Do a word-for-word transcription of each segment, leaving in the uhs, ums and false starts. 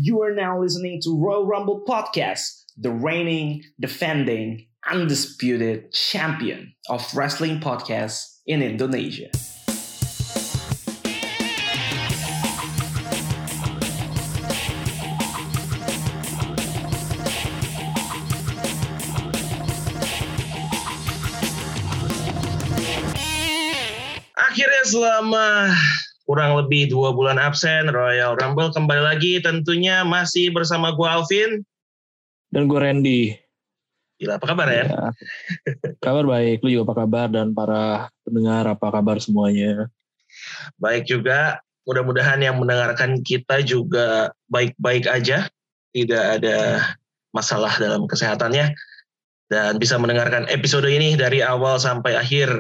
You are now listening to Royal Rumble Podcast, the reigning, defending, undisputed champion of wrestling podcasts in Indonesia. Akhirnya selama kurang lebih dua bulan absen, Royal Rumble kembali lagi, tentunya masih bersama gue Alvin. Dan gue Randy. Gila, apa kabar ya? ya? Kabar baik, lu juga apa kabar? Dan para pendengar apa kabar semuanya? Baik juga, mudah-mudahan yang mendengarkan kita juga baik-baik aja, tidak ada masalah dalam kesehatannya, dan bisa mendengarkan episode ini dari awal sampai akhir.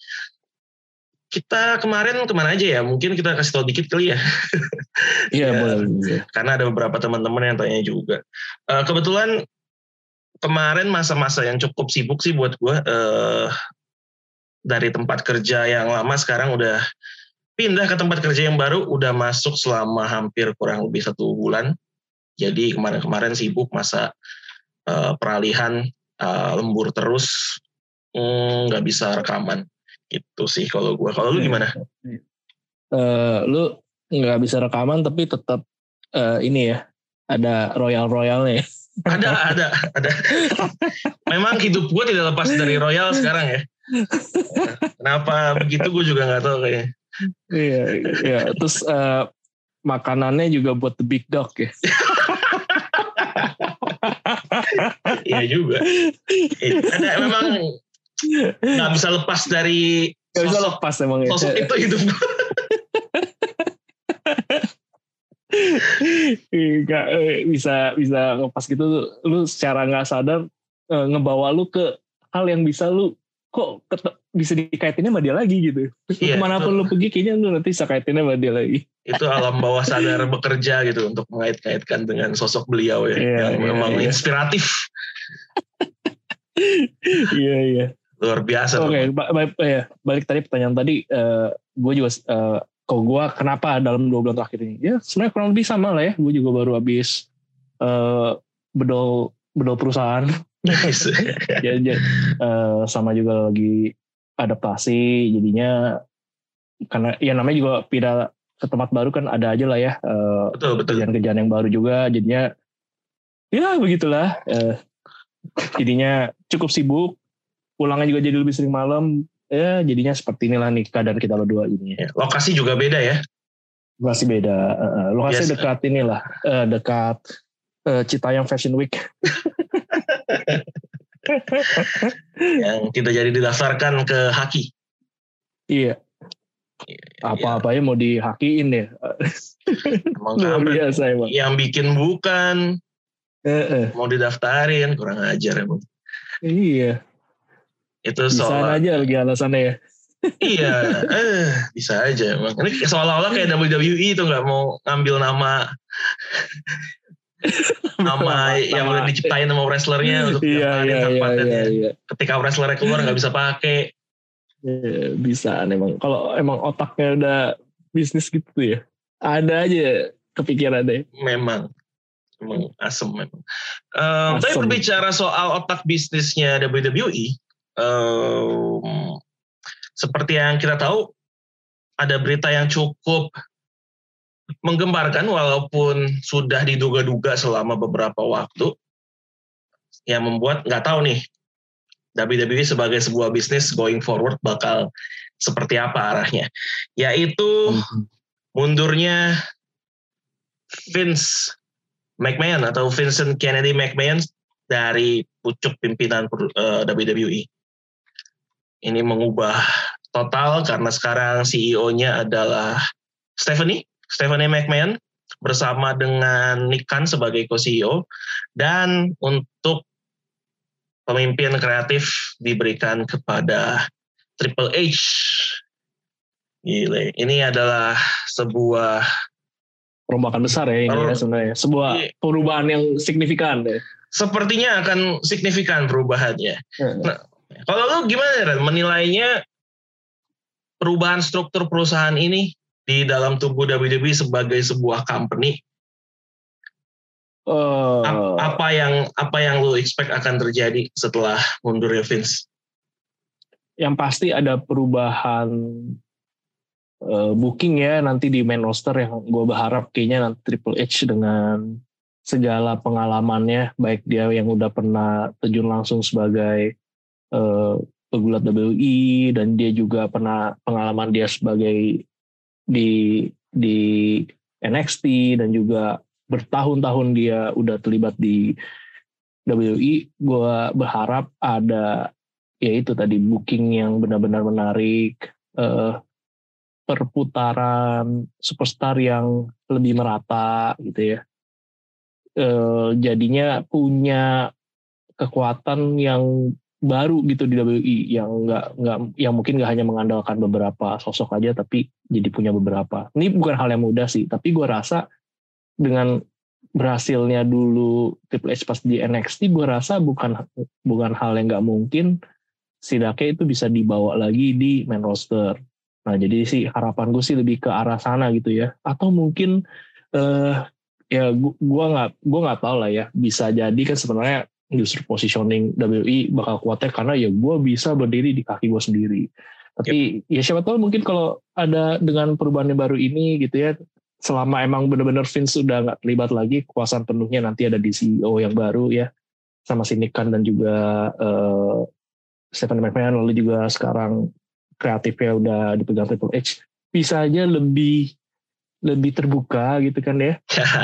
Kita kemarin kemana aja ya? Mungkin kita kasih tahu dikit kali ya. Iya, ya, boleh. Karena ada beberapa teman-teman yang tanya juga. Uh, kebetulan kemarin masa-masa yang cukup sibuk sih buat gue. Uh, dari tempat kerja yang lama sekarang udah pindah ke tempat kerja yang baru. Udah masuk selama hampir kurang lebih satu bulan. Jadi kemarin-kemarin sibuk masa uh, peralihan uh, lembur terus. Nggak hmm, bisa rekaman. Itu sih kalau gue. Kalau lu gimana? Uh, lu nggak bisa rekaman tapi tetap uh, ini ya, ada royal royalnya. Ada, ada, ada. Memang hidup gue tidak lepas dari royal sekarang ya. Kenapa begitu gue juga nggak tahu kayaknya. Iya, iya. Terus uh, makanannya juga buat the big dog ya. Iya juga. Ada memang. Nggak bisa lepas dari sosok, bisa lepas emang ya. Sosok itu hidup gue. Gak bisa bisa lepas gitu. Lu secara nggak sadar ngebawa lu ke hal yang bisa lu kok ketep, bisa dikaitinnya sama dia lagi gitu. Iya, kemanapun itu, lu pergi kayaknya lu nanti bisa kaitinnya sama dia lagi. Itu alam bawah sadar bekerja gitu untuk mengait-kaitkan dengan sosok beliau ya, iya, yang iya, memang iya. Inspiratif. Iya iya. Luar biasa. Oke, okay, ba- ba- ya, balik tadi pertanyaan tadi, uh, gue juga, uh, kok gue kenapa dalam dua bulan terakhir ini? Ya sebenarnya kurang lebih sama lah ya, gue juga baru habis uh, bedol bedol perusahaan. ya, ya, uh, sama juga lagi adaptasi, jadinya karena ya namanya juga pindah ke tempat baru kan ada aja lah ya, uh, betul, betul. kerjaan-kerjaan yang baru juga, jadinya ya begitulah, uh, jadinya cukup sibuk. Pulangnya juga jadi lebih sering malam, ya jadinya seperti inilah nih keadaan kita berdua ini. Ya, lokasi juga beda ya? Lokasi beda, uh, lokasi yes. dekat inilah, uh, dekat uh, Citayam Fashion Week. Yang tidak jadi didaftarkan ke Haki. Iya. Apa-apanya mau dihakiin ya. Emang luar biasa emang. Yang bikin bukan, uh-uh. mau didaftarin, kurang ajar emang. Iya. Itu bisa soal aja lagi alasannya ya. Iya, eh bisa aja emang. Ini seolah-olah kayak W W E itu nggak mau ngambil nama nama yang udah diciptain sama wrestlernya untuk iya, iya, iya, iya, iya. Ketika wrestlernya keluar nggak bisa pakai. Ya, bisa emang. Kalau emang otaknya udah bisnis gitu ya, ada aja kepikiran deh. Memang. Memang asem memang. Um, asem. Tapi berbicara soal otak bisnisnya W W E. Um, seperti yang kita tahu, ada berita yang cukup menggembarkan walaupun sudah diduga-duga selama beberapa waktu, yang membuat nggak tahu nih W W E sebagai sebuah bisnis going forward bakal seperti apa arahnya, yaitu mundurnya Vince McMahon atau Vincent Kennedy McMahon dari pucuk pimpinan uh, W W E. Ini mengubah total karena sekarang C E O-nya adalah Stephanie, Stephanie McMahon bersama dengan Nick Khan sebagai co-C E O, dan untuk pemimpin kreatif diberikan kepada Triple H. Gile, ini adalah sebuah perombakan besar ya ini per- ya sebenarnya, sebuah perubahan yang signifikan deh. Sepertinya akan signifikan perubahannya. Hmm. Nah, kalau lu gimana Ren, menilainya perubahan struktur perusahaan ini di dalam tubuh W W E sebagai sebuah company Uh, apa yang apa yang lu expect akan terjadi setelah mundurnya Vince? Yang pasti ada perubahan uh, booking ya nanti di main roster, yang gue berharap kayaknya nanti Triple H dengan segala pengalamannya, baik dia yang udah pernah terjun langsung sebagai uh, pegulat W W E, dan dia juga pernah pengalaman dia sebagai di di N X T, dan juga bertahun-tahun dia udah terlibat di W W E. Gue berharap ada ya itu tadi, booking yang benar-benar menarik, uh, perputaran superstar yang lebih merata gitu ya. Uh, jadinya punya kekuatan yang baru gitu di W W E, yang nggak nggak yang mungkin nggak hanya mengandalkan beberapa sosok aja, tapi jadi punya beberapa. Ini bukan hal yang mudah sih, tapi gue rasa dengan berhasilnya dulu Triple H pas di N X T, gue rasa bukan bukan hal yang nggak mungkin si Dake itu bisa dibawa lagi di main roster. Nah jadi sih harapan gue sih lebih ke arah sana gitu ya. Atau mungkin uh, ya gue nggak gue nggak tahu lah ya, bisa jadi kan sebenarnya justru positioning W W E bakal kuatnya karena ya gue bisa berdiri di kaki gue sendiri. Tapi yep. ya siapa tahu mungkin kalau ada dengan perubahan yang baru ini gitu ya, selama emang benar-benar Vince sudah nggak terlibat lagi, kekuasaan penuhnya nanti ada di C E O yang baru ya, sama si Nick Khan dan juga uh, Stephanie McMahon, lalu juga sekarang kreatifnya udah dipegang Triple H, bisa aja lebih lebih terbuka gitu kan ya,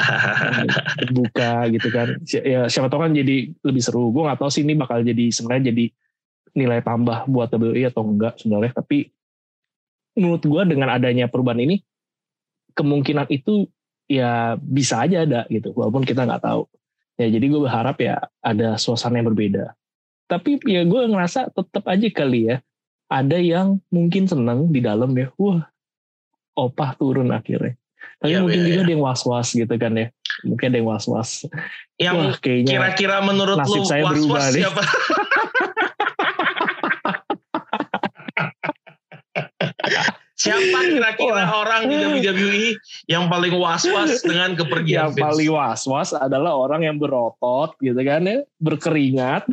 terbuka gitu kan. Ya siapa tahu kan jadi lebih seru. Gue nggak tahu sih ini bakal jadi sebenarnya jadi nilai tambah buat W W E atau enggak sebenarnya, tapi menurut gue dengan adanya perubahan ini, kemungkinan itu ya bisa aja ada gitu, walaupun kita nggak tahu. Ya jadi gue berharap ya ada suasana yang berbeda. Tapi ya gue ngerasa tetap aja kali ya, ada yang mungkin seneng di dalam ya, wah opah turun akhirnya. Tapi ya, mungkin ya, juga ya. Ada yang was-was gitu kan ya, mungkin ada yang was-was. Yang wah, kayaknya kira-kira menurut lu was-was siapa? Siapa kira-kira Wah. orang di W W E yang paling was-was dengan kepergian Vince? Yang paling was-was adalah orang yang berotot gitu kan ya, berkeringat.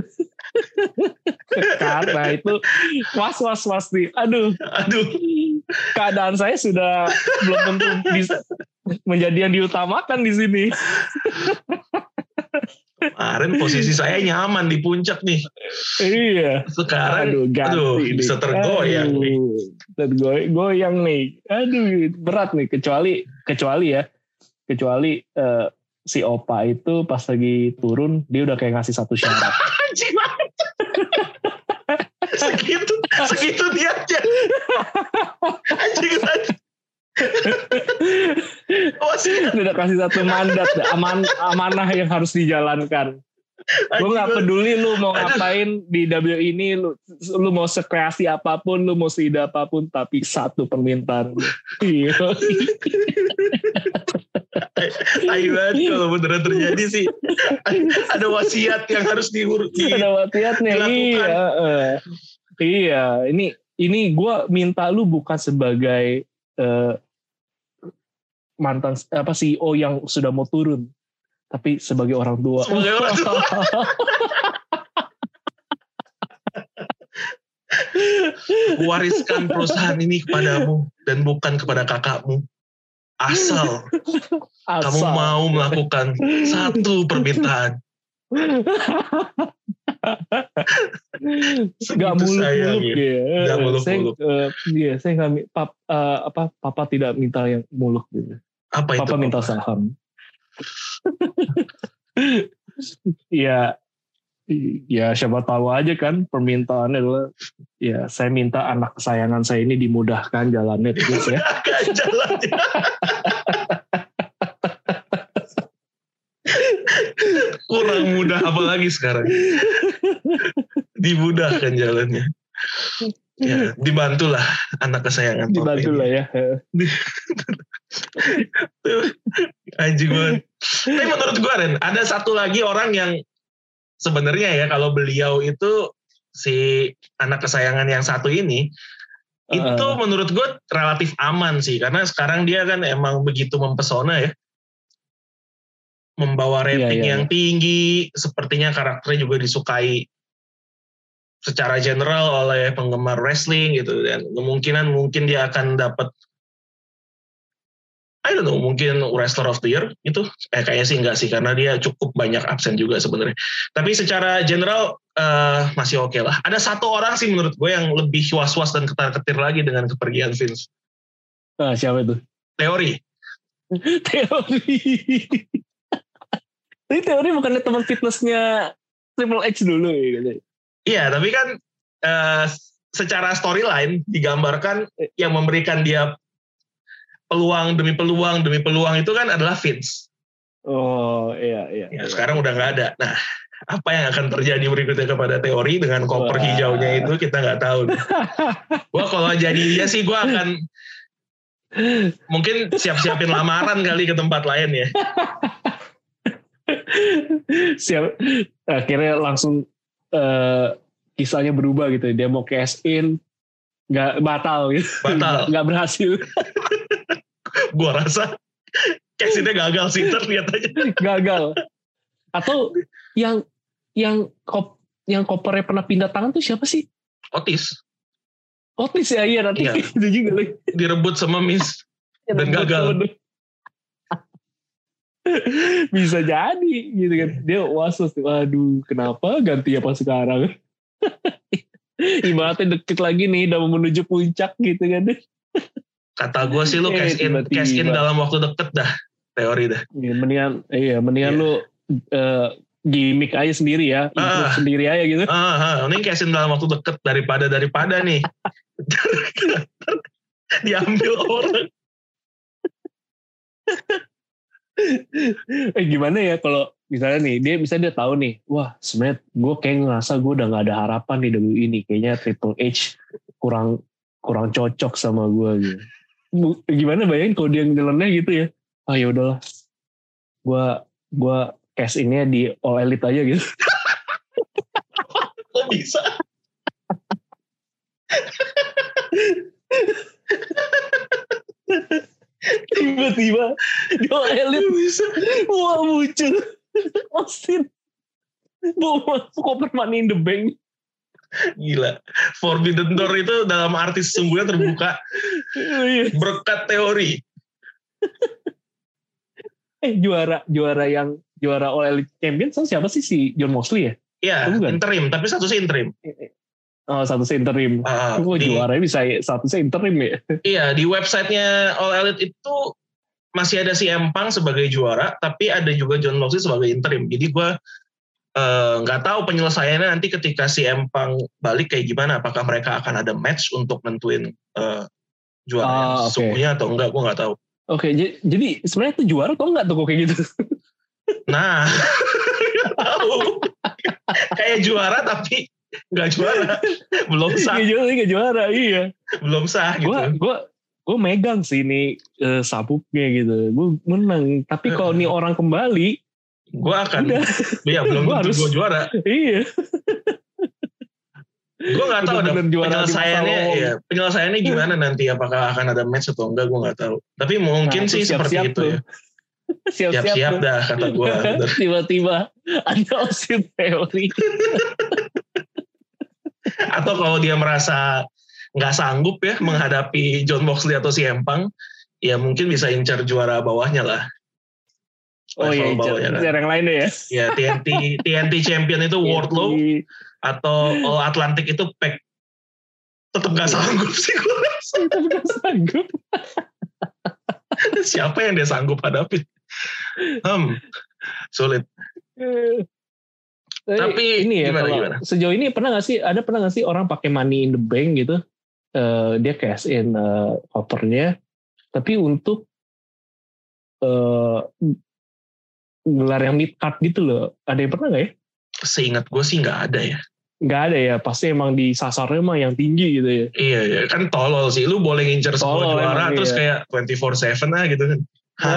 Karena itu was-was pasti. Aduh, aduh. Keadaan saya sudah belum tentu bisa menjadi yang diutamakan di sini. Kemarin posisi saya nyaman di puncak nih. Iya. Sekarang aduh, aduh bisa tergoyang aduh, nih. Tergoyang nih. Aduh, berat nih, kecuali kecuali ya. Kecuali uh, si Opa itu pas lagi turun dia udah kayak ngasih satu syarat. segitu segitu dia aja. Anjing anjing. Oh, udah kasih satu mandat, aman, amanah yang harus dijalankan. Gue nggak peduli lu mau ngapain di W ini, lu, lu mau sekreasi apapun, lu mau seide apapun, tapi satu permintaan. Iya. Ayo banget kalau beneran terjadi sih. Ada wasiat yang harus diurus. Di, ada wasiatnya. Iya. Uh, iya. Ini ini gue minta lu bukan sebagai uh, mantan apa C E O yang sudah mau turun, tapi sebagai orang tua. Sebagai orang tua. Wariskan perusahaan ini kepadamu dan bukan kepada kakakmu. Asal, Asal. kamu mau melakukan satu permintaan. Gak muluk-muluk ya. Gak muluk-muluk. Saya, uh, iya, saya nggak pap, uh, apa papa tidak minta yang muluk gitu. Apa papa itu? Minta saham. Ya, ya siapa tahu aja kan permintaannya adalah ya saya minta anak kesayangan saya ini dimudahkan jalannya terus ya. Jalannya. Kurang mudah apalagi sekarang. Dimudahkan jalannya. Ya, dibantulah anak kesayangan. Dibantulah ya. Anjing banget. Tapi menurut gue Ren, ada satu lagi orang yang sebenarnya ya kalau beliau itu si anak kesayangan yang satu ini uh. itu menurut gue relatif aman sih, karena sekarang dia kan emang begitu mempesona ya. membawa rating Iya, iya, yang iya. tinggi, sepertinya karakternya juga disukai secara general oleh penggemar wrestling gitu, dan kemungkinan mungkin dia akan dapat I don't know, mungkin Wrestler of the Year itu, eh kayaknya sih enggak sih, karena dia cukup banyak absen juga sebenarnya. Tapi secara general uh, masih oke okay lah. Ada satu orang sih menurut gue yang lebih was-was dan ketar-ketir lagi dengan kepergian Vince. Ah, siapa itu? Teori. Teori. Ini Teori bukannya teman fitnessnya Triple H dulu ya? Gitu. Iya, tapi kan uh, secara storyline digambarkan yang memberikan dia peluang demi peluang demi peluang itu kan adalah Vince. Oh iya iya. Ya, iya. Sekarang udah nggak ada. Nah, apa yang akan terjadi berikutnya kepada Teori dengan koper Wah. hijaunya itu kita nggak tahu. Gua kalau jadi dia sih gue akan mungkin siap-siapin lamaran kali ke tempat lain ya. Siap. Akhirnya langsung uh, kisahnya berubah gitu. Dia mau cash in, nggak batal gitu. Batal. Nggak berhasil. Gua rasa cash-nya gagal sih ternyata. Gagal. Atau yang yang kop yang kopernya pernah pindah tangan tuh siapa sih? Otis. Otis ya iya nanti iya. Itu juga lagi. Direbut sama Miz dan gagal. Bisa jadi gitu kan. Dia was-was. Waduh, kenapa ganti apa sekarang? Ibaratnya deket lagi nih udah menuju puncak gitu kan. Kata gue sih lu cash in, tiba-tiba. cash in dalam waktu deket dah, Teori dah. Iya, mendingan, iya, mendingan yeah. lu uh, gimmick aja sendiri ya, improve ah, sendiri aja gitu. Ah, ah, mending cash in dalam waktu deket daripada daripada nih diambil orang. eh gimana ya kalau misalnya nih dia misalnya dia tahu nih, wah sebenarnya gue kayak ngerasa gue udah nggak ada harapan di W W E ini, kayaknya Triple H kurang kurang cocok sama gue gitu. Gimana bayangin kalau dia ngejalannya gitu ya, ah ya udahlah gue gue cash ini di All Elite aja gitu. Kok bisa? Tiba-tiba di All Elite bisa. Wah muncul Austin bawa koper Money in the Bank. Gila, Forbidden Door itu dalam arti sesungguhnya terbuka berkat Teori. Eh juara juara yang juara All Elite Champion siapa sih, si Jon Moxley ya? Iya, interim, tapi satu sih interim. Oh, satu sih interim. Uh, Kok di, juaranya bisa satu sih interim ya? Iya, di websitenya All Elite itu masih ada si Empang sebagai juara, tapi ada juga Jon Moxley sebagai interim. Jadi gue nggak uh, tahu penyelesaiannya nanti ketika si Empang balik kayak gimana, apakah mereka akan ada match untuk nentuin uh, juara ah, yang sesungguhnya okay. atau enggak, gue nggak tahu. Oke, okay, jadi, jadi sebenarnya itu juara kok nggak tuh kok kayak gitu? Nah, nggak tahu. Kayak juara tapi nggak juara, belum sah. Nggak juara, nggak juara, iya. Belum sah gitu. Gue gue gue megang sih ini uh, sabuknya gitu, gue menang. Tapi kalau nih orang kembali, gue akan, ya belum tentu gue juara. Iya. Gue nggak tahu ada penyelesaiannya, ya, penyelesaiannya gimana nanti, apakah akan ada match atau enggak, gue nggak tahu. Tapi mungkin nah, sih seperti itu tuh. Ya. Siap-siap, siap dah kata gue. Tiba-tiba ada Austin Theory. Atau kalau dia merasa nggak sanggup ya menghadapi Jon Moxley atau si Empang, ya mungkin bisa incar juara bawahnya lah. Oh iya, bawahnya kan. Yang lainnya ya. Ya T N T T N T Champion itu Wardlow atau All Atlantic itu Pac. Tetap nggak sanggup sih gue rasa. Tetap nggak sanggup. Siapa yang dia sanggup hadapin? Hmm, sulit. Tapi ini ya, gimana, kalau gimana? Sejauh ini pernah nggak sih, ada pernah nggak sih orang pakai Money in the Bank gitu, uh, dia cash in uh, kopernya, tapi untuk uh, gelar yang mid card gitu loh, ada yang pernah nggak ya? Seingat gue sih nggak ada ya. Nggak ada ya, pasti emang di sasarnya mah yang tinggi gitu ya. Iya ya, kan tolol sih, lu boleh ngincer semua juara terus iya. Kayak twenty-four seven lah gitu kan.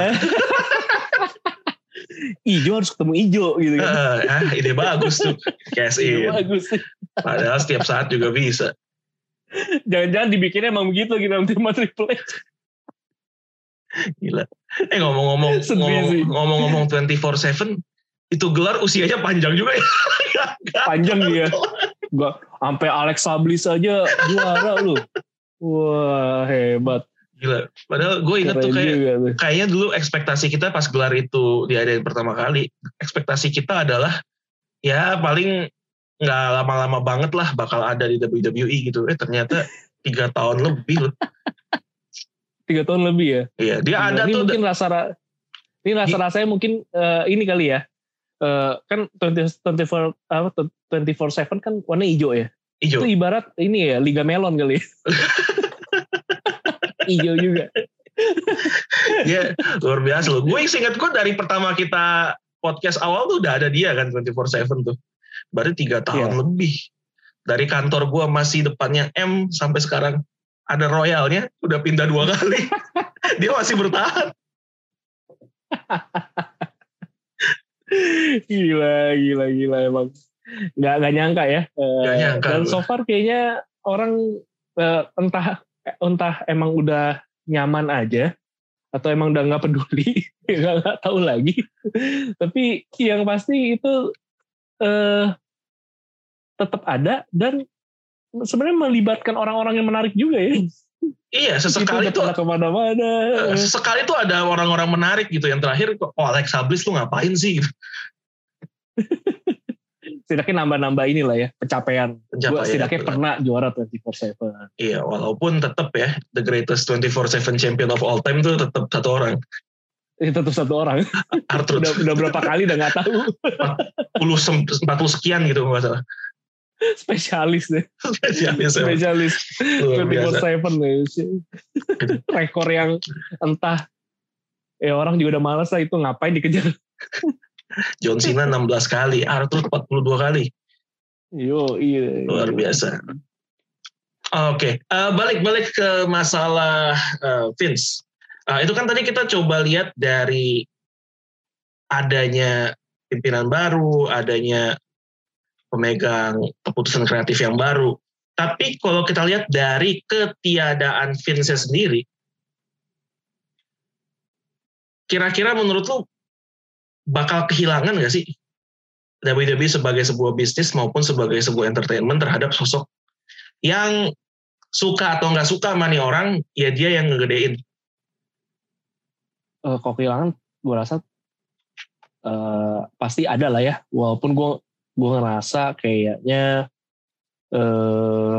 Ijo harus ketemu Ijo gitu kan. Uh, ah, ide bagus tuh. Cash in. Bagus. Padahal setiap saat juga bisa. Jangan-jangan dibikinnya emang begitu gitu sama Triple H. Gila. Eh ngomong-ngomong ngomong, ngomong-ngomong dua puluh empat tujuh itu gelar usianya panjang juga ya. Panjang dia. Gua sampai Alex Sablis aja juara lu. Wah, hebat. Gila. Padahal gue inget Keren tuh kayak tuh. kayaknya dulu ekspektasi kita pas gelar itu diadain pertama kali, ekspektasi kita adalah ya paling nggak lama-lama banget lah bakal ada di W W E gitu. Eh ternyata tiga tahun lebih loh. Tiga tahun lebih ya? Iya, dia nah, ada ini tuh. Mungkin rasa ini rasa-rasanya mungkin uh, ini kali ya. Uh, kan dua puluh empat tujuh kan warna hijau ya. Hijau. Itu ibarat ini ya Liga Melon kali. Hijau juga. Ya luar biasa loh. Gue ingat gue dari pertama kita podcast awal tuh udah ada dia kan dua puluh empat tujuh tuh. Berarti tiga tahun yeah. lebih. Dari kantor gue masih depannya M sampai sekarang ada Royalnya, udah pindah dua kali. Dia masih bertahan. Gila, gila, gila emang. Gak, gak nyangka ya. Gak nyangka. Dan so far kayaknya orang uh, entah entah emang udah nyaman aja atau emang udah gak peduli. gak, gak tahu lagi. Tapi yang pasti itu uh, tetap ada dan sebenarnya melibatkan orang-orang yang menarik juga ya. Iya, sesekali itu kemana-mana. Sesekali itu ada orang-orang menarik gitu. Yang terakhir, oh Alex Sablis lu ngapain sih? Gitu. Setidaknya nambah-nambah inilah ya, pencapaian. pencapaian Gue setidaknya ya, pernah juara dua puluh empat tujuh. Iya, walaupun tetap ya, the greatest dua puluh empat tujuh champion of all time itu tetap satu orang. Itu tetap satu orang. Arthur. udah, udah berapa kali udah gak tahu. empat puluh sekian gitu nggak salah. Spesialis deh. Spesialis. Spesialis. dua puluh empat tujuh. Rekor yang entah. Ya orang juga udah malas lah itu ngapain dikejar. John Cena enam belas kali. Arthur empat puluh dua kali. Yo, iya. Luar biasa. Oke. Okay. Uh, balik-balik ke masalah uh, Vince. Uh, itu kan tadi kita coba lihat dari adanya pimpinan baru, adanya pemegang keputusan kreatif yang baru. Tapi kalau kita lihat dari ketiadaan Vince sendiri, kira-kira menurut lu bakal kehilangan gak sih W W E sebagai sebuah bisnis maupun sebagai sebuah entertainment terhadap sosok yang suka atau nggak suka sama nih orang, ya dia yang ngegedein? Uh, kalau kehilangan, gue rasa uh, pasti ada lah ya. Walaupun gue gue ngerasa kayaknya eh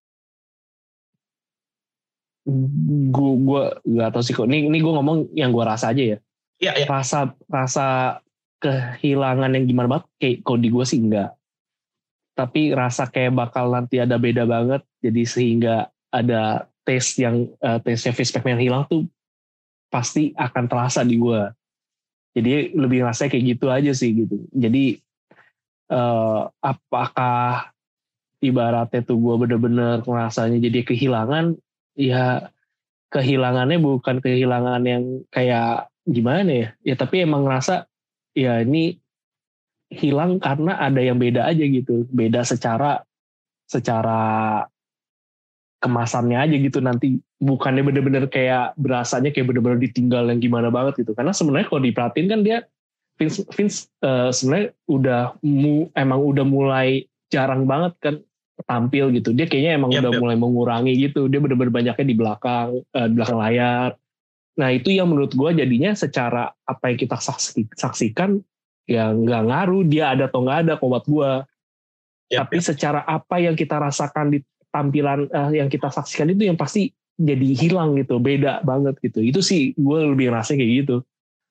gue gue nggak tahu sih kok ini ini gue ngomong yang gue rasa aja ya. Ya, ya. Rasa rasa kehilangan yang gimana banget kayak kalau di gue sih enggak. Tapi rasa kayak bakal nanti ada beda banget jadi sehingga ada taste yang uh, taste-nya Vince McMahon hilang tuh pasti akan terasa di gue. Jadi lebih rasanya kayak gitu aja sih gitu. Jadi Uh, apakah ibaratnya tuh gue bener-bener ngerasanya jadi kehilangan, ya kehilangannya bukan kehilangan yang kayak gimana ya, ya tapi emang ngerasa ya ini hilang karena ada yang beda aja gitu, beda secara secara kemasannya aja gitu, nanti bukannya bener-bener kayak berasanya kayak bener-bener ditinggal yang gimana banget gitu, karena sebenarnya kalau diperhatiin kan dia Vince, Vince uh, sebenarnya udah mu, emang udah mulai jarang banget kan tampil gitu. Dia kayaknya emang yep, udah yep. mulai mengurangi gitu. Dia benar-benar banyaknya di belakang, uh, di belakang layar. Nah itu yang menurut gue jadinya secara apa yang kita saksi, saksikan ya nggak ngaruh dia ada atau nggak ada buat gue. Yep, Tapi yep. secara apa yang kita rasakan di tampilan uh, yang kita saksikan itu yang pasti jadi hilang gitu, beda banget gitu. Itu sih gue lebih ngerasa kayak gitu.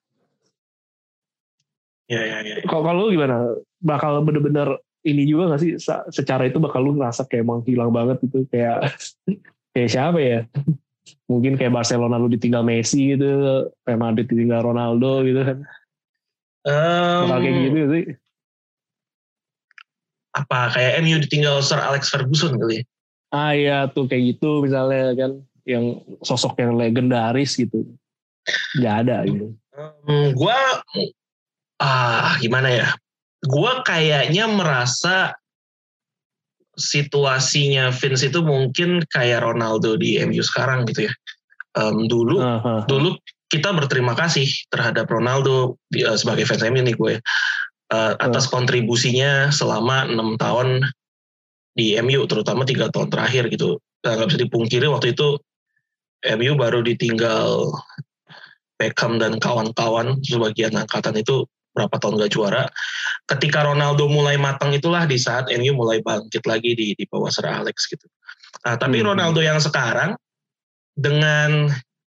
Ya, ya, ya. Kalau lu gimana? Bakal bener-bener ini juga gak sih? Secara itu bakal lu ngerasa kayak emang hilang banget gitu. Kayak kayak siapa ya? Mungkin kayak Barcelona lu ditinggal Messi gitu. Kayak Madrid ditinggal Ronaldo gitu kan. Um, bakal kayak gitu sih. Apa? Kayak M U ditinggal Sir Alex Ferguson kali ya? Ah iya tuh kayak gitu misalnya kan. Yang sosok yang legendaris gitu. Gak ada gitu. Um, gua... Ah, gimana ya? Gue kayaknya merasa situasinya Vince itu mungkin kayak Ronaldo di M U sekarang gitu ya. Um, dulu, uh-huh. dulu kita berterima kasih terhadap Ronaldo uh, sebagai fans M U nih gue uh, atas oh. kontribusinya selama enam tahun di M U, terutama tiga tahun terakhir gitu. Nggak bisa dipungkiri waktu itu M U baru ditinggal Beckham dan kawan-kawan sebagian angkatan itu berapa tahun gak juara. Ketika Ronaldo mulai matang itulah di saat M U mulai bangkit lagi di, di bawah Sir Alex gitu. Nah, tapi hmm. Ronaldo yang sekarang dengan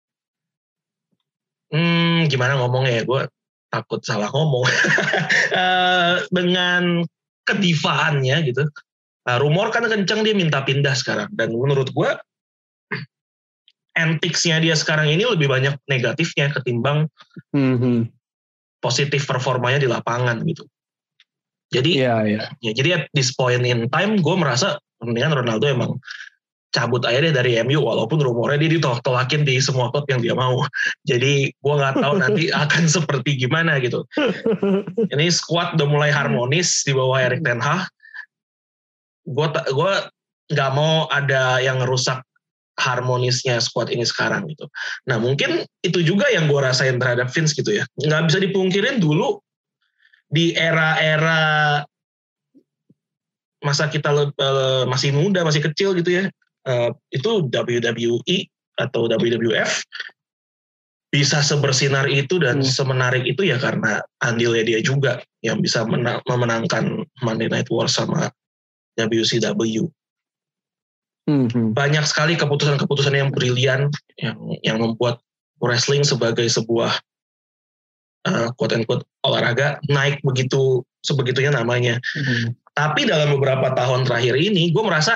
Hmm, gimana ngomongnya ya, gue takut salah ngomong. uh, dengan kedivaannya gitu. Nah, rumor kan kenceng dia minta pindah sekarang. Dan menurut gue, antics-nya dia sekarang ini lebih banyak negatifnya ketimbang mm-hmm. positif performanya di lapangan gitu. Jadi, yeah, yeah. ya jadi at this point in time, gue merasa mendingan Ronaldo emang cabut aja deh dari M U, walaupun rumornya dia ditolak-tolakin di semua klub yang dia mau. Jadi gue nggak tahu nanti akan seperti gimana gitu. Ini squad udah mulai harmonis di bawah Erik ten Hag. Gue gue nggak mau ada yang ngerusak harmonisnya squad ini sekarang gitu. Nah mungkin itu juga yang gue rasain terhadap Vince gitu ya. Nggak bisa dipungkirin dulu di era-era masa kita uh, masih muda, masih kecil gitu ya. Uh, itu W W E atau W W F bisa sebersinar itu dan hmm. semenarik itu ya karena andilnya dia juga yang bisa menang, memenangkan Monday Night War sama W C W. Hmm. Banyak sekali keputusan-keputusan yang brilian yang yang membuat wrestling sebagai sebuah uh, quote and quote olahraga naik begitu sebegitunya namanya. Hmm. Tapi dalam beberapa tahun terakhir ini gue merasa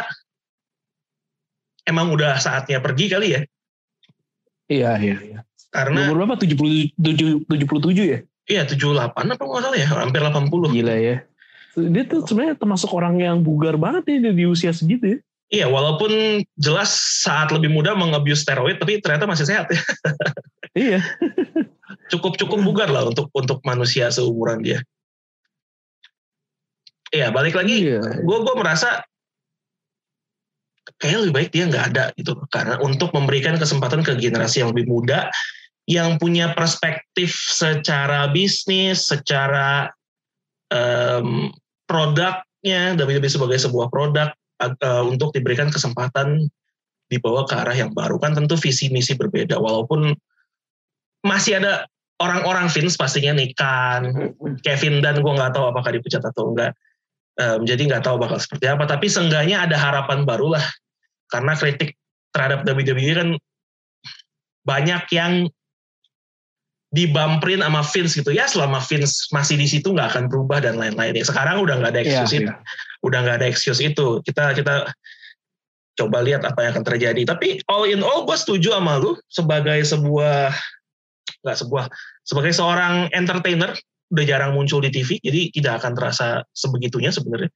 emang udah saatnya pergi kali ya. Iya, iya, iya. Karena nomor berapa? tujuh puluh tujuh, tujuh puluh tujuh ya? Iya, tujuh puluh delapan apa nggak salah ya, hampir delapan puluh. Gila ya. Dia tuh sebenarnya termasuk orang yang bugar banget ya di usia segitu ya. Iya, walaupun jelas saat lebih muda meng-abuse steroid, tapi ternyata masih sehat ya. Iya. Cukup-cukup bugar lah untuk untuk manusia seumuran dia. Iya, balik lagi, gue iya. gue merasa kayaknya lebih baik dia nggak ada gitu, karena untuk memberikan kesempatan ke generasi yang lebih muda yang punya perspektif secara bisnis, secara um, produknya W W E sebagai sebuah produk uh, untuk diberikan kesempatan dibawa ke arah yang baru. Kan tentu visi misi berbeda, walaupun masih ada orang-orang Vince pastinya Nikan, Kevin dan gue nggak tahu apakah dipecat atau enggak. Um, jadi nggak tahu bakal seperti apa, tapi seenggaknya ada harapan baru lah, karena kritik terhadap W W E kan banyak yang dibamperin sama Vince gitu ya, selama Vince masih di situ nggak akan berubah dan lain-lain. Ya, sekarang udah nggak ada excuse yeah, itu, yeah. udah nggak ada excuse itu. Kita kita coba lihat apa yang akan terjadi. Tapi all in all, gue setuju sama lu sebagai sebuah nggak sebuah sebagai seorang entertainer. Udah jarang muncul di T V, jadi tidak akan terasa sebegitunya sebenarnya.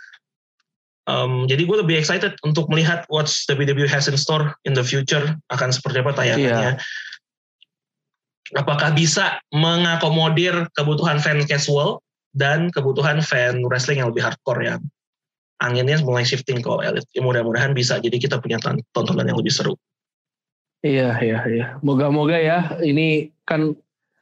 Um, jadi gue lebih excited untuk melihat what W W E has in store in the future, akan seperti apa tayangannya. Yeah. Apakah bisa mengakomodir kebutuhan fan casual dan kebutuhan fan wrestling yang lebih hardcore yang anginnya mulai shifting ke elite. Ya, mudah-mudahan bisa, jadi kita punya tontonan yang lebih seru. Iya, iya, iya. Moga-moga ya, ini kan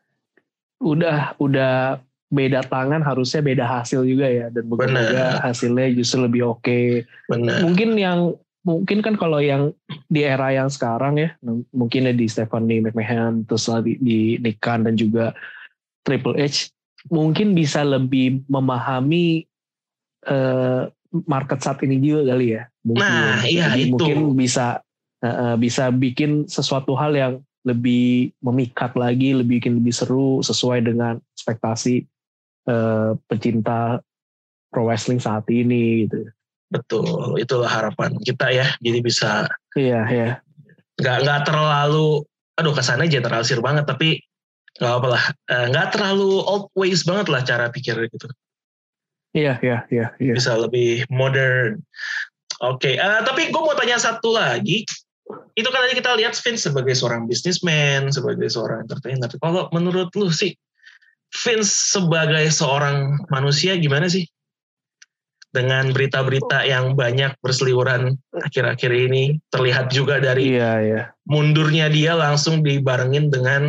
udah udah beda tangan, harusnya beda hasil juga ya, dan moga-moga hasilnya justru lebih oke. Okay. Mungkin yang mungkin kan kalau yang di era yang sekarang ya, mungkin di Stephanie McMahon, terus di, di Nick Khan dan juga Triple H, mungkin bisa lebih memahami uh, market saat ini juga kali ya. Mungkin, nah, iya Jadi itu. Mungkin bisa uh, bisa bikin sesuatu hal yang lebih memikat lagi, lebih bikin lebih seru sesuai dengan ekspektasi uh, pecinta pro wrestling saat ini gitu. Betul, itulah harapan kita ya. Jadi bisa iya iya. Nggak nggak terlalu, aduh kesannya generalisir banget, tapi nggak apa lah, nggak terlalu old ways banget lah cara pikir gitu. Iya iya iya. iya. Bisa lebih modern. Oke, okay. uh, tapi gue mau tanya satu lagi. Itu kan tadi kita lihat Vince sebagai seorang businessman, sebagai seorang entertainer. Kalau menurut lu sih, Vince sebagai seorang manusia gimana sih? Dengan berita-berita yang banyak berseliweran akhir-akhir ini, terlihat juga dari iya, iya. mundurnya dia langsung dibarengin dengan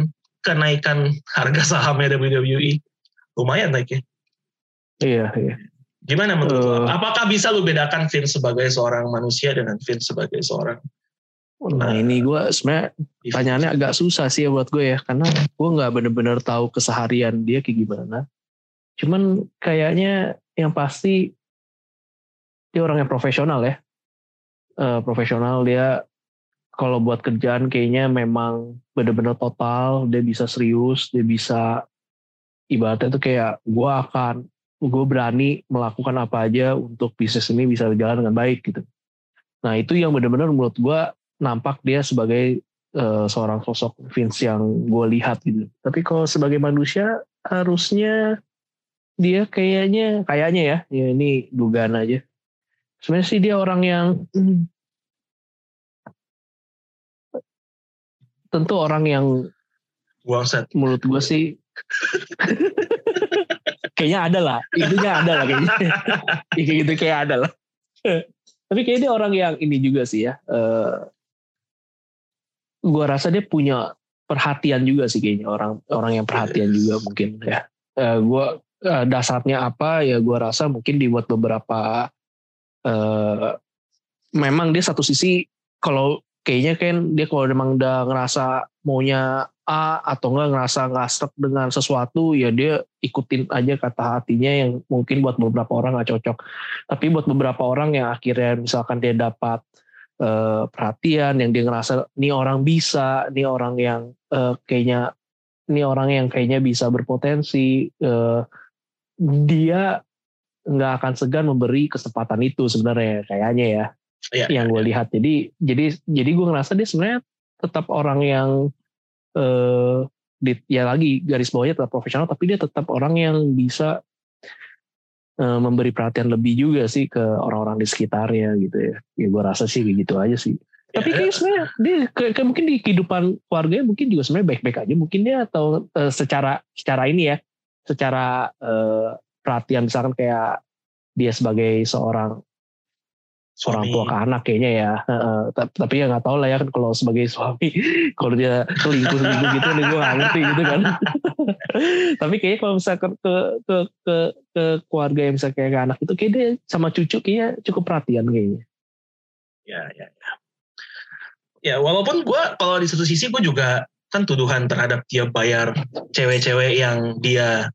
kenaikan harga sahamnya W W E. Lumayan naiknya. Iya, iya. Gimana menurut Uh, lo? Apakah bisa lu bedakan Vince sebagai seorang manusia dengan Vince sebagai seorang Nah uh, ini gue sebenarnya pertanyaannya agak susah sih ya buat gue ya, karena gue nggak bener-bener tahu keseharian dia kayak gimana. Cuman kayaknya yang pasti dia orang yang profesional ya, uh, profesional dia kalau buat kerjaan kayaknya memang bener-bener total, dia bisa serius, dia bisa ibaratnya tuh kayak gue akan, gue berani melakukan apa aja untuk bisnis ini bisa berjalan dengan baik gitu. Nah itu yang bener-bener menurut gue nampak dia sebagai uh, seorang sosok Vince yang gue lihat gitu. Tapi kalau sebagai manusia harusnya dia kayaknya kayaknya ya, ya ini dugaan aja. Sebenarnya sih dia orang yang hmm, tentu orang yang Wangset. menurut gue sih kayaknya ada lah, itunya ada lah kayaknya. Kayak gitu kayak ada lah. Tapi kayaknya dia orang yang ini juga sih ya. Uh, gue rasa dia punya perhatian juga sih kayaknya, orang orang yang perhatian juga mungkin ya. Uh, gue uh, dasarnya apa ya, gue rasa mungkin dibuat beberapa uh, memang dia satu sisi kalau kayaknya kan dia kalau memang udah ngerasa maunya A atau enggak ngerasa nggak stuck dengan sesuatu ya dia ikutin aja kata hatinya yang mungkin buat beberapa orang nggak cocok. Tapi buat beberapa orang yang akhirnya misalkan dia dapat Uh, perhatian yang dia ngerasa nih orang bisa, nih orang yang uh, kayaknya nih orang yang kayaknya bisa berpotensi, uh, dia nggak akan segan memberi kesempatan itu sebenarnya kayaknya ya, ya yang gue ya. lihat. Jadi jadi jadi gue ngerasa dia sebenarnya tetap orang yang uh, di, ya lagi garis bawahnya tetap profesional, tapi dia tetap orang yang bisa memberi perhatian lebih juga sih ke orang-orang di sekitarnya gitu ya. Ya gue rasa sih gitu aja sih. Ya, tapi kayak sebenarnya dia kayak mungkin di kehidupan keluarganya mungkin juga sebenarnya baik-baik aja mungkin dia, atau uh, secara secara ini ya, secara uh, perhatian misalkan kayak dia sebagai seorang suami. Orang tua ke anak kayaknya ya. Uh, tapi ya nggak tahu lah ya kan kalau sebagai suami kalau dia selingkuh selingkuh gitu nih gue nggak ngerti gitu kan. Tapi kayaknya kalau misalkan ke ke ke ke keluarga yang misalnya kayak ke anak itu kayak dia sama cucu kayaknya cukup perhatian kayaknya. Ya ya ya. Ya walaupun gue kalau di satu sisi gue juga kan tuduhan terhadap dia bayar cewek-cewek yang dia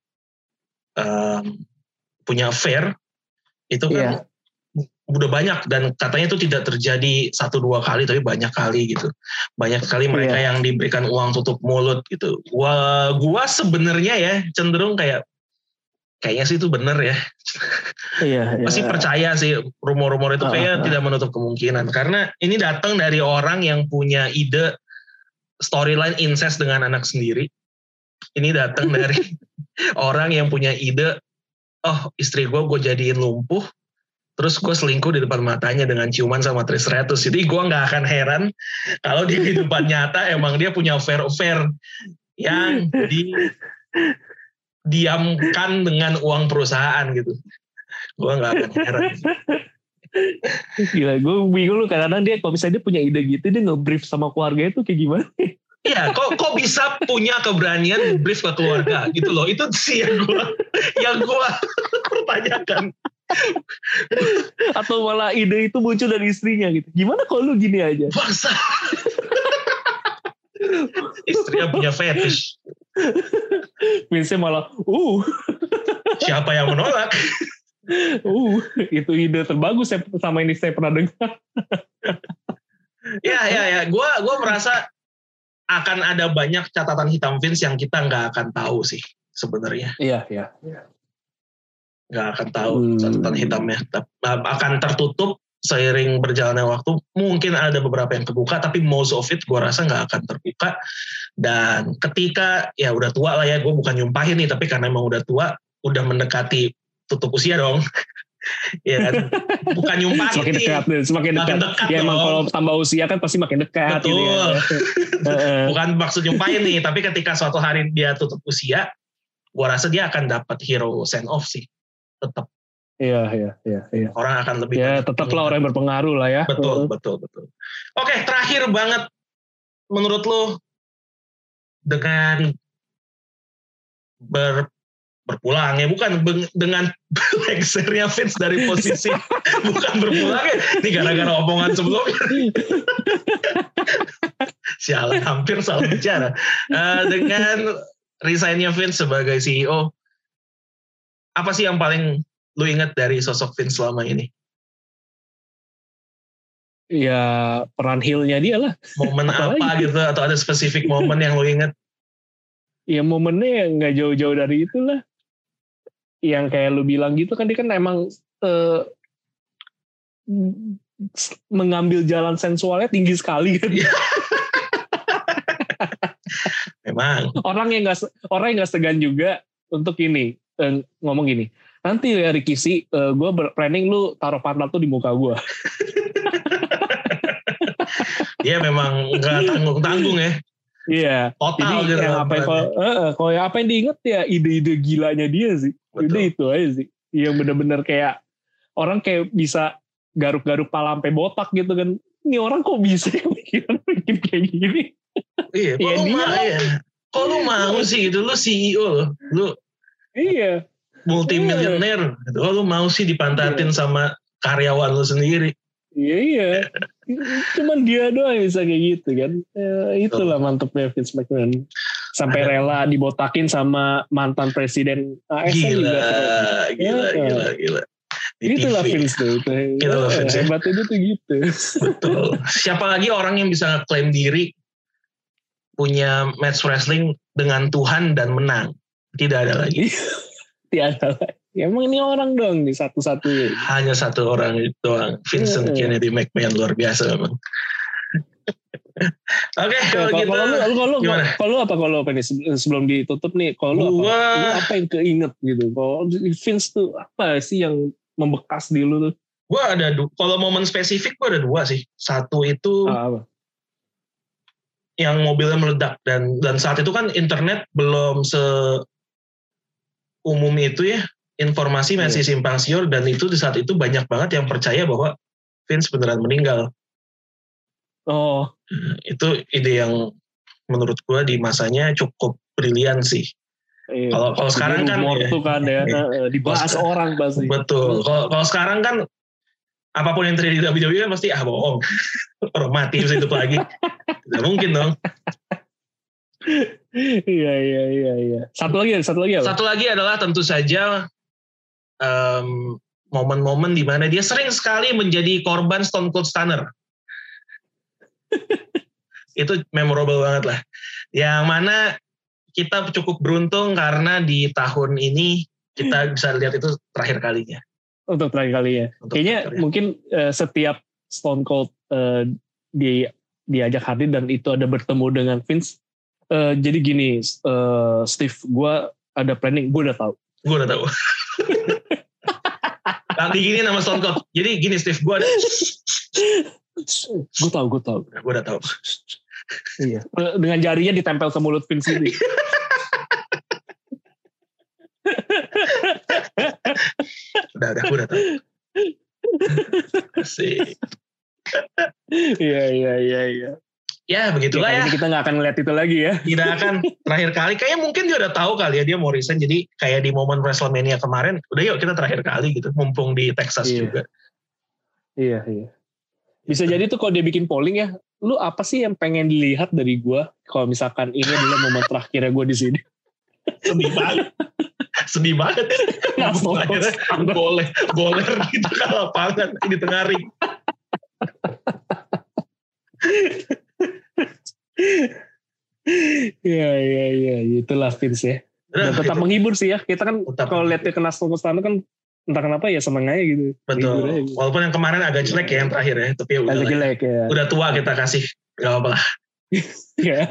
um, punya affair itu kan. Yeah. Udah banyak dan katanya itu tidak terjadi satu dua kali tapi banyak kali gitu. Banyak sekali mereka yeah. yang diberikan uang tutup mulut gitu. Gua gua sebenarnya ya cenderung kayak kayaknya sih itu benar ya. Iya, yeah, Masih yeah. percaya sih rumor-rumor itu kayaknya uh, uh. tidak menutup kemungkinan karena ini datang dari orang yang punya ide storyline incest dengan anak sendiri. Ini datang dari orang yang punya ide oh istri gua gue jadiin lumpuh. Terus gue selingkuh di depan matanya dengan ciuman sama Trish Stratus. Jadi gue gak akan heran kalau di kehidupan nyata emang dia punya affair-affair yang didiamkan dengan uang perusahaan gitu. Gue gak akan heran. Gila, gue bingung lu kadang-kadang dia kalau misalnya dia punya ide gitu, dia nge-brief sama keluarga itu kayak gimana? Iya, kok kok bisa punya keberanian brief ke keluarga gitu loh. Itu sih yang gue yang gue pertanyakan. Atau malah ide itu muncul dari istrinya gitu. Gimana kalau lu gini aja? Bangsa. Istrinya punya fetish. Vince malah, uh. Siapa yang menolak? uh, itu ide terbagus saya sama ini saya pernah dengar. Ya, ya, ya. Gue gue merasa akan ada banyak catatan hitam Vince yang kita nggak akan tahu sih sebenarnya. Iya, iya. Ya. Nggak akan tahu catatan hitamnya. Akan tertutup seiring berjalannya waktu. Mungkin ada beberapa yang kebuka, tapi most of it gue rasa nggak akan terbuka. Dan ketika ya udah tua lah ya, gue bukan nyumpahin nih, tapi karena emang udah tua, udah mendekati tutup usia dong. Ya kan? Bukan nyumpahin semakin dekat, nih. Semakin dekat. Makin dekat ya emang kalau tambah usia kan pasti makin dekat. Betul. Gitu ya. Bukan maksud nyumpahin nih, tapi ketika suatu hari dia tutup usia, gue rasa dia akan dapat hero send off sih. Tetap. Iya, iya, iya, iya. Orang akan lebih. Ya, tetaplah orang yang berpengaruh lah ya. Betul, betul, betul. Oke, terakhir banget. Menurut lo, dengan ber, berpulang ya, bukan dengan lengsernya Vince dari posisi, bukan berpulang ya, ini gara-gara omongan sebelumnya. Sialan, hampir salah bicara. Uh, dengan resign-nya Vince sebagai C E O, apa sih yang paling lu ingat dari sosok Vince selama ini? Ya peran heel-nya dia lah. Momen apa lagi? Gitu, atau ada spesifik momen yang lu ingat? Ya momennya nggak jauh-jauh dari itulah. Yang kayak lu bilang gitu kan, dia kan emang uh, mengambil jalan sensualnya tinggi sekali kan. Memang. Orang yang nggak orang yang nggak segan juga untuk ini uh, ngomong gini. Nanti ya Ricky sih, uh, gue planning lu taruh pantat tuh di muka gue. Dia memang nggak tanggung-tanggung ya. Iya. Total jadi gitu. Yang apa yang kalau uh, kalau apa yang diinget ya ide-ide gilanya dia sih. Udah itu aja sih. Yang benar-benar kayak orang kayak bisa garuk-garuk pala sampai botak gitu kan. Ini orang kok bisa bikin bikin kayak gini? Iya. Kok ya lu mau ya? Kok lu mau sih gitu? Lu C E O loh. Lu iya. Multimilioner. Iya. Kok lu mau sih dipantatin iya. sama karyawan lu sendiri? Iya iya, cuman dia doang yang bisa kayak gitu kan. E, itulah oh. mantepnya Vince McMahon. Sampai Ada. rela dibotakin sama mantan presiden A S M gila, juga. Gila, gila, ya. gila, gila. Itulah Vince tuh. Itu. Itulah Vince. Hebatnya itu tuh gitu. Betul. Siapa lagi orang yang bisa klaim diri punya match wrestling dengan Tuhan dan menang? Tidak ada lagi. Tidak ada lagi. Ya, emang ini orang doang nih satu-satunya. Hanya satu orang itu doang. Vincent yeah, Kennedy yeah. McMahon luar biasa memang. Oke, okay, kalau gitu. Kalau lu, gimana? Kalau apa kalau apa nih sebelum ditutup nih? Kalau lu apa? Lu apa yang keinget gitu? Kalau Vince tuh apa sih yang membekas di lu tuh? Gua ada dua. Kalau momen spesifik gua ada dua sih. Satu itu ah, apa? yang mobilnya meledak dan dan saat itu kan internet belum se umum itu ya. Informasi masih yeah. simpang siur dan itu di saat itu banyak banget yang percaya bahwa Vince beneran meninggal. Oh, itu ide yang menurut gue di masanya cukup brilian sih. Kalau iya. kalau sekarang kan, ya, kan ya, ya dibahas kalo, orang pasti. Betul. Kalau kalau sekarang kan apapun yang terjadi di W W E pasti ah bohong. Orang mati bisa hidup lagi. Tidak mungkin dong. Iya iya iya iya. Satu lagi satu lagi apa? Satu lagi adalah tentu saja Um, momen-momen di mana dia sering sekali menjadi korban Stone Cold Stunner. Itu memorable banget lah. Yang mana kita cukup beruntung karena di tahun ini kita bisa lihat itu terakhir kalinya. Untuk terakhir kalinya. Untuk Kayaknya terakhir. Mungkin uh, setiap Stone Cold uh, di diajak hadir dan itu ada bertemu dengan Vince. Uh, jadi gini, uh, Steve, gue ada planning, gue udah tahu. Gue udah tahu. Nanti gini nama Stone Cold. Jadi gini Steve, gue ada. Gue tahu, gue tahu. Gue udah tahu. Iya. Dengan jarinya ditempel ke mulut Vince ini. udah, udah, gue udah tahu. Asik. Iya, iya, iya, iya. Ya begitulah ya. ya. Kita nggak akan ngeliat itu lagi ya. Tidak akan terakhir kali. Kayaknya mungkin dia udah tahu kali ya dia mau resign. Jadi kayak di momen WrestleMania kemarin, udah yuk kita terakhir kali gitu. Mumpung di Texas iya. juga. Iya iya. Bisa gitu. Jadi tuh kalau dia bikin polling ya, lu apa sih yang pengen dilihat dari gue? Kalau misalkan ini adalah momen terakhirnya gue di sini. Sedih banget. Sedih banget. Boleh, boleh di tengah lapangan, di tengah ring. Iya iya iya itulah Vince ya. Dan tetap itu. Menghibur sih ya. Kita kan kalau lihat dia kena Stone Cold Stunner kan entah kenapa ya seneng aja gitu. Betul. Gitu. Walaupun yang kemarin agak jelek ya yang terakhir ya, tapi ya udah. Agak jelek ya. Udah tua kita kasih, enggak apa-apa lah. Iya.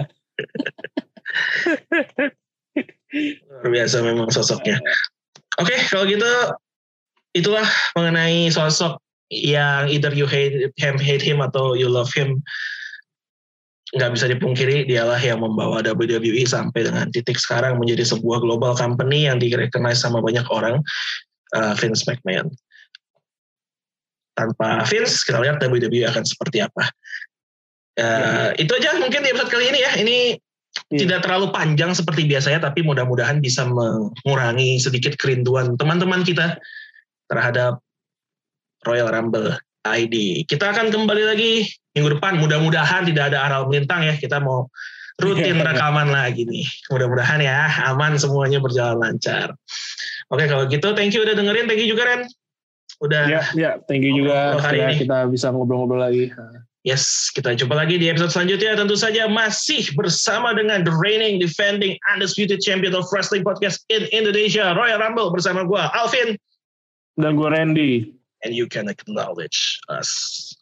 Luar biasa memang sosoknya. Oke, okay, kalau gitu itulah mengenai sosok yang either you hate him, hate him atau you love him. Nggak bisa dipungkiri dialah yang membawa W W E sampai dengan titik sekarang menjadi sebuah global company yang di-recognize sama banyak orang, uh, Vince McMahon. Tanpa Vince, kita lihat W W E akan seperti apa. Uh, ya. Itu aja mungkin di episode kali ini ya. Ini yeah. tidak terlalu panjang seperti biasanya, tapi mudah-mudahan bisa mengurangi sedikit kerinduan teman-teman kita terhadap Royal Rumble I D. Kita akan kembali lagi minggu depan, mudah-mudahan tidak ada aral melintang ya, kita mau rutin rekaman lagi nih. Mudah-mudahan ya aman, semuanya berjalan lancar. Oke kalau gitu, thank you udah dengerin, thank you juga Ren. Udah. Ya, ya thank you juga hari ini. Kita bisa ngobrol-ngobrol lagi. Yes, kita jumpa lagi di episode selanjutnya. Tentu saja masih bersama dengan the reigning, defending, undisputed champion of wrestling podcast in Indonesia, Royal Rumble, bersama gue Alvin. Dan gue Randy. And you can acknowledge us.